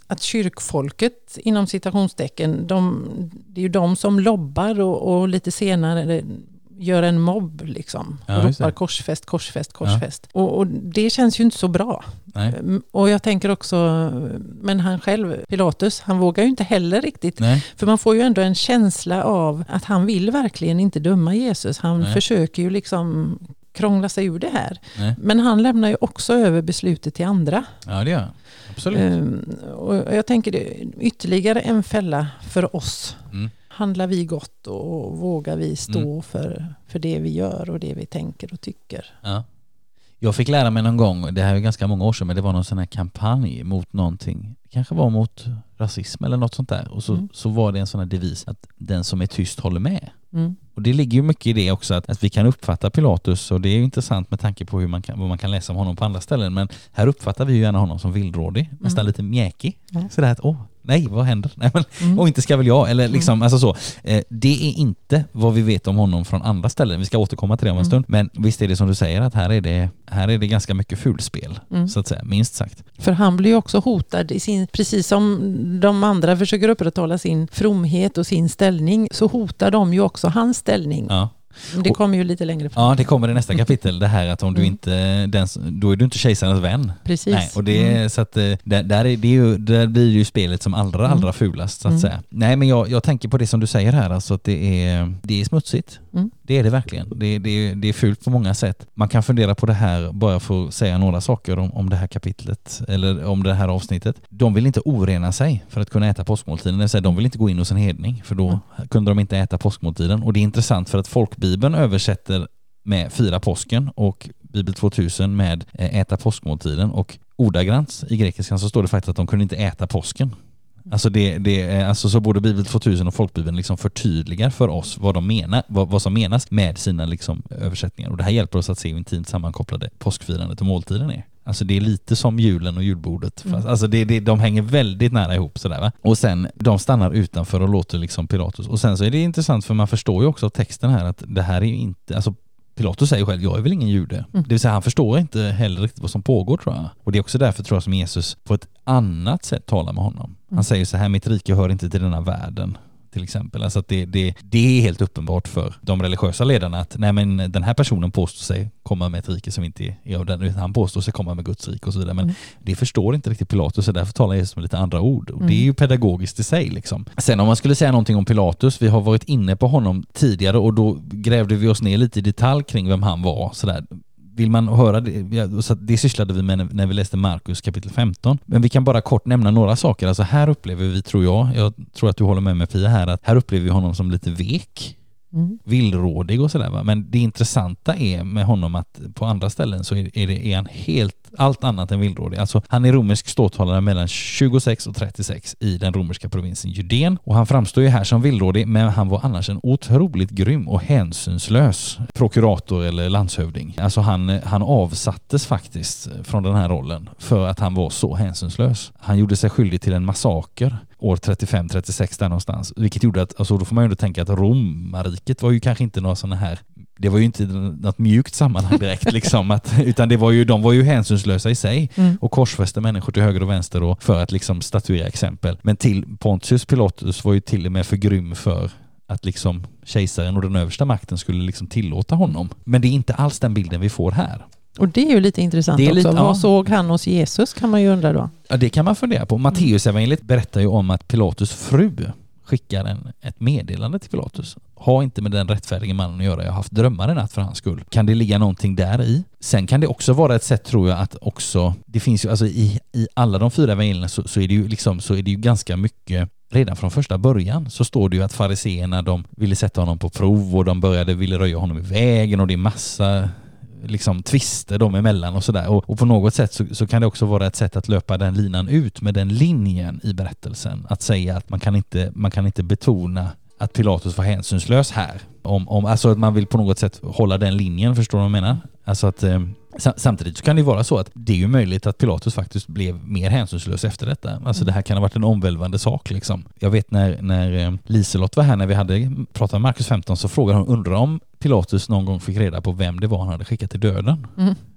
att kyrkfolket inom citationstecken, de, det är ju de som lobbar och, och lite senare gör en mobb liksom. Ja, och ropar korsfäst, korsfäst, korsfäst. Ja. Och, och det känns ju inte så bra. Nej. Och jag tänker också, men han själv, Pilatus, han vågar ju inte heller riktigt. Nej. För man får ju ändå en känsla av att han vill verkligen inte döma Jesus. Han Nej. försöker ju liksom krångla sig ur det här. Nej. Men han lämnar ju också över beslutet till andra. Ja, det gör han. Absolut. Um, och jag tänker det ytterligare en fälla för oss. Mm. Handlar vi gott och vågar vi stå Mm. för, för det vi gör och det vi tänker och tycker. Ja. Jag fick lära mig någon gång, det här är ganska många år sedan, men det var någon sån här kampanj mot någonting. Det kanske var mot rasism eller något sånt där. Och så, Mm. så var det en sån här devis att den som är tyst håller med. Mm. Och det ligger ju mycket i det också, att, att vi kan uppfatta Pilatus, och det är ju intressant med tanke på hur man kan, vad man kan läsa om honom på andra ställen, men här uppfattar vi ju gärna honom som villrådig, mm. nästan lite mjäkig. Mm. Sådär att, åh, nej, vad händer? Nej, men, Mm. och inte ska väl jag, eller liksom, mm. alltså så. Eh, det är inte vad vi vet om honom från andra ställen. Vi ska återkomma till det om en Mm. stund, men visst är det som du säger, att här är det, här är det ganska mycket fulspel, Mm. så att säga, minst sagt. För han blir ju också hotad i sin, precis som de andra försöker upprätthålla sin fromhet och sin ställning, så hotar de ju också hans ställning. Ja. Det kommer ju lite längre fram. Ja, det kommer i nästa kapitel, det här att om du Mm. inte, den, då är du inte kejsarens vän. Precis. Nej, och det är Mm. så att där, där, är det ju, där blir det ju spelet som allra, Mm. allra fulast, så att Mm. säga. Nej, men jag, jag tänker på det som du säger här, alltså att det är, det är smutsigt. Mm. Det är det verkligen. Det, det, det är fult på många sätt. Man kan fundera på det här, bara för att säga några saker om, om det här kapitlet, eller om det här avsnittet. De vill inte orena sig för att kunna äta påskmåltiden. Det vill säga, de vill inte gå in hos en hedning, för då mm. kunde de inte äta påskmåltiden. Och det är intressant för att folkbibeln översätter med fira påsken och Bibel tvåtusen med äta påskmåltiden, och ordagrant i grekiskan så står det faktiskt att de kunde inte äta påsken. Alltså, det, det, alltså så både Bibel tvåtusen och folkbibeln liksom förtydligar för oss vad de menar, vad, vad som menas med sina liksom översättningar. Och det här hjälper oss att se hur intimt sammankopplade påskfirandet och måltiden är. Alltså det är lite som julen och julbordet. Mm. Alltså det, det, de hänger väldigt nära ihop sådär, va? Och sen de stannar utanför och låter liksom Pilatus. Och sen så är det intressant, för man förstår ju också av texten här att det här är ju inte, alltså Pilatus säger själv, jag är väl ingen jude. Mm. Det vill säga, han förstår inte heller riktigt vad som pågår, tror jag. Och det är också därför, tror jag, som Jesus på ett annat sätt talar med honom. Han mm. säger så här, mitt rike hör inte till denna världen, till exempel. Alltså att det, det, det är helt uppenbart för de religiösa ledarna att nej, men den här personen påstår sig komma med ett rike som inte är av den, utan han påstår sig komma med Guds rike och så vidare. Men mm. det förstår inte riktigt Pilatus, och därför talar Jesus med lite andra ord. Och mm. det är ju pedagogiskt i sig liksom. Sen om man skulle säga någonting om Pilatus, vi har varit inne på honom tidigare, och då grävde vi oss ner lite i detalj kring vem han var. Sådär. Vill man höra det, så det sysslade vi med när vi läste Markus kapitel femton. Men vi kan bara kort nämna några saker. Alltså här upplever vi, tror jag, jag tror att du håller med mig, Pia, här, att här upplever vi honom som lite vek. Mm. Villrådig och sådär, va? Men det intressanta är med honom att på andra ställen så är, är, det, är han helt allt annat än villrådig. Alltså han är romersk ståthållare mellan tjugosex och trettiosex i den romerska provinsen Judén, och han framstår ju här som villrådig, men han var annars en otroligt grym och hänsynslös prokurator eller landshövding. Alltså han, han avsattes faktiskt från den här rollen för att han var så hänsynslös. Han gjorde sig skyldig till en massaker år trettiofem trettiosex där någonstans, vilket gjorde att, alltså då får man ju ändå tänka att Romarriket var ju kanske inte några sådana här, det var ju inte något mjukt sammanhang direkt liksom, att, utan det var ju, de var ju hänsynslösa i sig mm. och korsfäste människor till höger och vänster och för att liksom statuera exempel. Men till Pontius Pilatus var ju till och med för grym för att liksom kejsaren och den översta makten skulle liksom tillåta honom. Men det är inte alls den bilden vi får här. Och det är ju lite intressant också. Lite, vad ja. såg han hos Jesus, kan man ju undra då. Ja, det kan man fundera på. Matteus evangeliet berättar ju om att Pilatus fru skickar en, ett meddelande till Pilatus. Ha inte med den rättfärdiga mannen att göra. Jag har haft drömmar en natt för hans skull. Kan det ligga någonting där i? Sen kan det också vara ett sätt, tror jag, att också, det finns ju, alltså i, i alla de fyra evangelierna så, så är det ju liksom, så är det ju ganska mycket. Redan från första början så står det ju att fariseerna, de ville sätta honom på prov och de började ville röja honom i vägen, och det är massa liksom twister dem emellan och sådär. Och, och på något sätt så, så kan det också vara ett sätt att löpa den linan ut med den linjen i berättelsen. Att säga att man kan inte, man kan inte betona att Pilatus var hänsynslös här. Om, om, alltså att man vill på något sätt hålla den linjen, förstår du vad jag menar? Alltså att eh, samtidigt så kan det vara så att det är ju möjligt att Pilatus faktiskt blev mer hänsynslös efter detta. Alltså det här kan ha varit en omvälvande sak liksom. Jag vet när, när Liselott var här, när vi hade pratat om Markus femton, så frågade hon, undrar om Pilatus någon gång fick reda på vem det var han hade skickat till döden. Mm.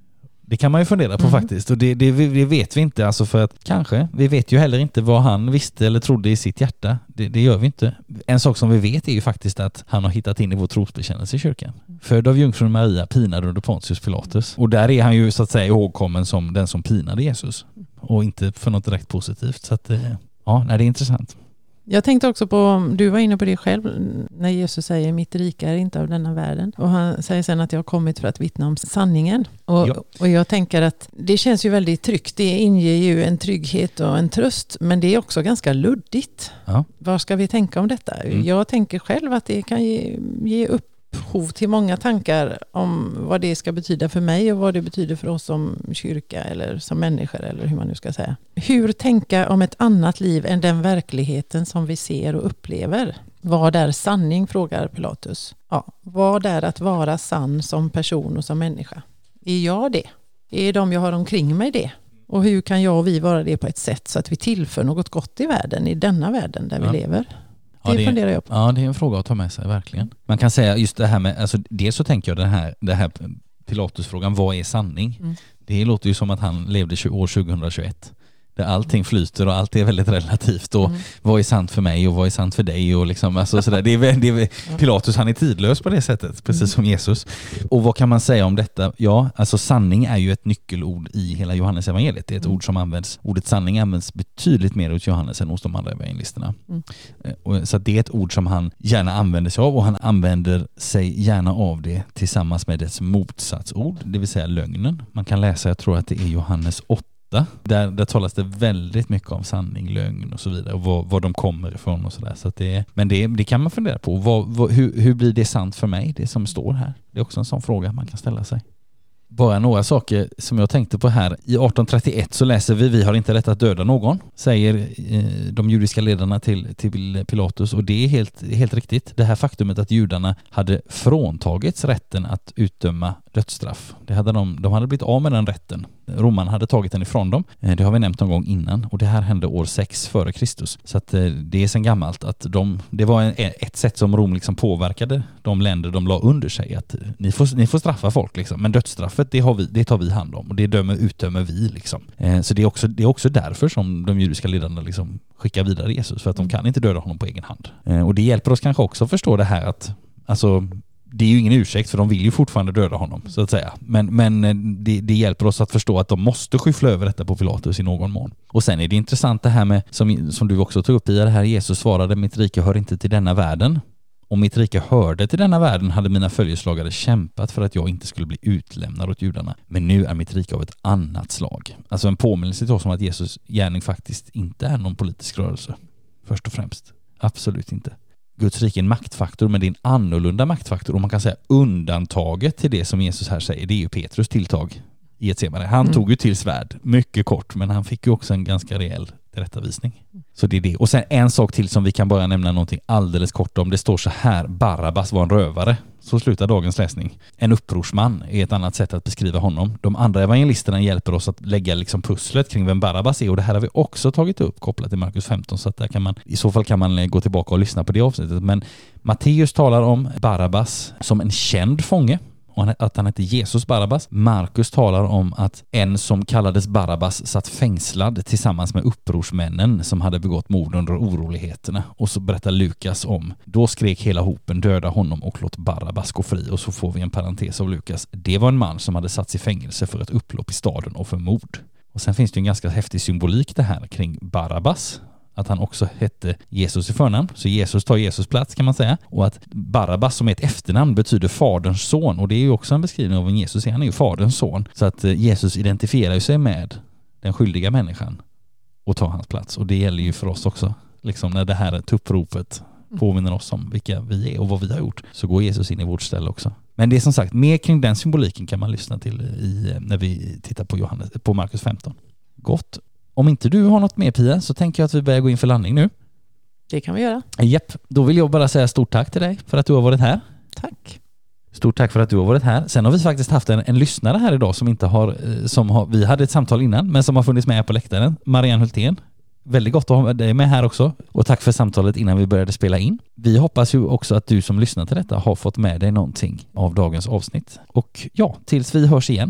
Det kan man ju fundera på mm. faktiskt. Och det, det, det vet vi inte. Alltså för att kanske, vi vet ju heller inte vad han visste eller trodde i sitt hjärta. Det, det gör vi inte. En sak som vi vet är ju faktiskt att han har hittat in i vår trosbekännelse i kyrkan. Född av jungfrun Maria, pinad under Pontius Pilatus. Och där är han ju så att säga ihågkommen som den som pinade Jesus. Och inte för något direkt positivt. Så att, ja, nej, det är intressant. Jag tänkte också på, du var inne på det själv när Jesus säger mitt rike är inte av denna världen. Och han säger sen att jag har kommit för att vittna om sanningen. Och, ja. och jag tänker att det känns ju väldigt tryggt. Det inger ju en trygghet och en tröst. Men det är också ganska luddigt. Ja. Vad ska vi tänka om detta? Mm. Jag tänker själv att det kan ge, ge upp upphov till många tankar om vad det ska betyda för mig och vad det betyder för oss som kyrka eller som människor eller hur man nu ska säga. Hur tänka om ett annat liv än den verkligheten som vi ser och upplever? Vad är sanning, frågar Pilatus. Ja, vad är att vara sann som person och som människa? Är jag det? Är de jag har omkring mig det? Och hur kan jag och vi vara det på ett sätt så att vi tillför något gott i världen, i denna världen där ja. vi lever? Det, ja, det funderar jag på. Ja, det är en fråga att ta med sig, verkligen. Man kan säga just det här med, alltså dels så tänker jag det här, det här Pilatus-frågan, vad är sanning? Mm. Det låter ju som att han levde år tjugohundratjugoett. Där allting flyter och allt är väldigt relativt. Och mm. vad är sant för mig och vad är sant för dig? Och liksom, alltså sådär. Det är, det är, Pilatus, han är tidlös på det sättet, precis mm. som Jesus. Och vad kan man säga om detta? Ja, alltså sanning är ju ett nyckelord i hela Johannes evangeliet. Det är ett mm. ord som används, ordet sanning används betydligt mer hos Johannes än hos de andra evangelisterna. Mm. Och, så det är ett ord som han gärna använder sig av, och han använder sig gärna av det tillsammans med dess motsatsord, det vill säga lögnen. Man kan läsa, jag tror att det är Johannes åtta. Där, där talas det väldigt mycket om sanning, lögn och så vidare, och var, var de kommer ifrån och sådär. Så att det, men det, det kan man fundera på. Vad, vad, hur, hur blir det sant för mig, det som står här? Det är också en sån fråga man kan ställa sig. Bara några saker som jag tänkte på här. I arton trettioett så läser vi, vi har inte rätt att döda någon, säger eh, de judiska ledarna till, till Pilatus. Och det är helt, helt riktigt. Det här faktumet att judarna hade fråntagits rätten att utdöma dödsstraff. Det hade de, de hade blivit av med den rätten. Romarna hade tagit den ifrån dem. Eh, det har vi nämnt någon gång innan. Och det här hände år sex före Kristus. Så att, eh, det är sedan gammalt att de, det var en, ett sätt som Rom liksom påverkade de länder de la under sig. Att ni får, ni får straffa folk liksom. Men dödsstraffet, det, har vi, det tar vi hand om. Och det dömer, utdömer vi liksom. Eh, så det är, också, det är också därför som de judiska ledarna liksom skickar vidare Jesus. För att de kan inte döda honom på egen hand. Eh, och det hjälper oss kanske också att förstå det här att alltså, det är ju ingen ursäkt, för de vill ju fortfarande döda honom, så att säga. Men, men det, det hjälper oss att förstå att de måste skyffla över detta på Pilatus i någon mån. Och sen är det intressant det här med, som, som du också tog upp i det här, Jesus svarade, mitt rike hör inte till denna världen. Om mitt rike hörde till denna världen hade mina följeslagare kämpat för att jag inte skulle bli utlämnad åt judarna. Men nu är mitt rike av ett annat slag. Alltså en påminnelse till oss om att Jesus gärning faktiskt inte är någon politisk rörelse. Först och främst. Absolut inte. Guds rike är en maktfaktor, men det är en annorlunda maktfaktor. Och man kan säga undantaget till det som Jesus här säger, det är ju Petrus tilltag i Getsemane. Han mm. tog ju till svärd, mycket kort, men han fick ju också en ganska rejäl tillrättavisning. Så det är det. Och sen en sak till som vi kan bara nämna någonting alldeles kort om. Det står så här, Barabbas var en rövare. Så slutar dagens läsning. En upprorsman är ett annat sätt att beskriva honom. De andra evangelisterna hjälper oss att lägga liksom pusslet kring vem Barabbas är. Och det här har vi också tagit upp kopplat till Markus femton. Så att där kan man, i så fall kan man gå tillbaka och lyssna på det avsnittet. Men Matteus talar om Barabbas som en känd fånge. Och att han heter Jesus Barabbas. Markus talar om att en som kallades Barabbas satt fängslad tillsammans med upprorsmännen som hade begått mord under oroligheterna. Och så berättar Lukas om, då skrek hela hopen, döda honom och låt Barabbas gå fri. Och så får vi en parentes av Lukas. Det var en man som hade satts i fängelse för ett upplopp i staden och för mord. Och sen finns det en ganska häftig symbolik det här kring Barabbas. Att han också hette Jesus i förnamn. Så Jesus tar Jesus plats, kan man säga. Och att Barabbas som är ett efternamn betyder faderns son. Och det är ju också en beskrivning av en Jesus. Han är ju faderns son. Så att Jesus identifierar sig med den skyldiga människan och tar hans plats. Och det gäller ju för oss också. Liksom när det här tuppropet påminner oss om vilka vi är och vad vi har gjort, så går Jesus in i vårt ställe också. Men det är som sagt, mer kring den symboliken kan man lyssna till i, när vi tittar på, Johannes, på Markus femton. Gott. Om inte du har något mer, Pia, så tänker jag att vi börjar gå in för landning nu. Det kan vi göra. Japp, då vill jag bara säga stort tack till dig för att du har varit här. Tack. Stort tack för att du har varit här. Sen har vi faktiskt haft en, en lyssnare här idag som inte har, som har, vi hade ett samtal innan, men som har funnits med på läktaren. Marianne Hultén. Väldigt gott att ha dig med här också. Och tack för samtalet innan vi började spela in. Vi hoppas ju också att du som lyssnar till detta har fått med dig någonting av dagens avsnitt. Och ja, tills vi hörs igen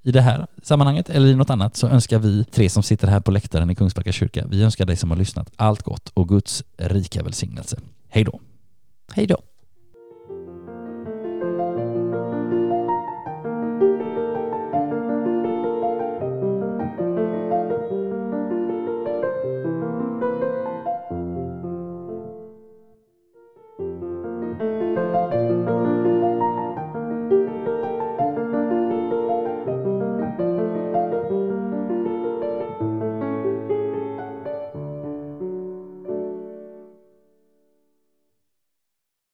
i det här sammanhanget eller i något annat, så önskar vi tre som sitter här på läktaren i Kungsbacka kyrka, vi önskar dig som har lyssnat allt gott och Guds rika välsignelse. Hej då! Hej då!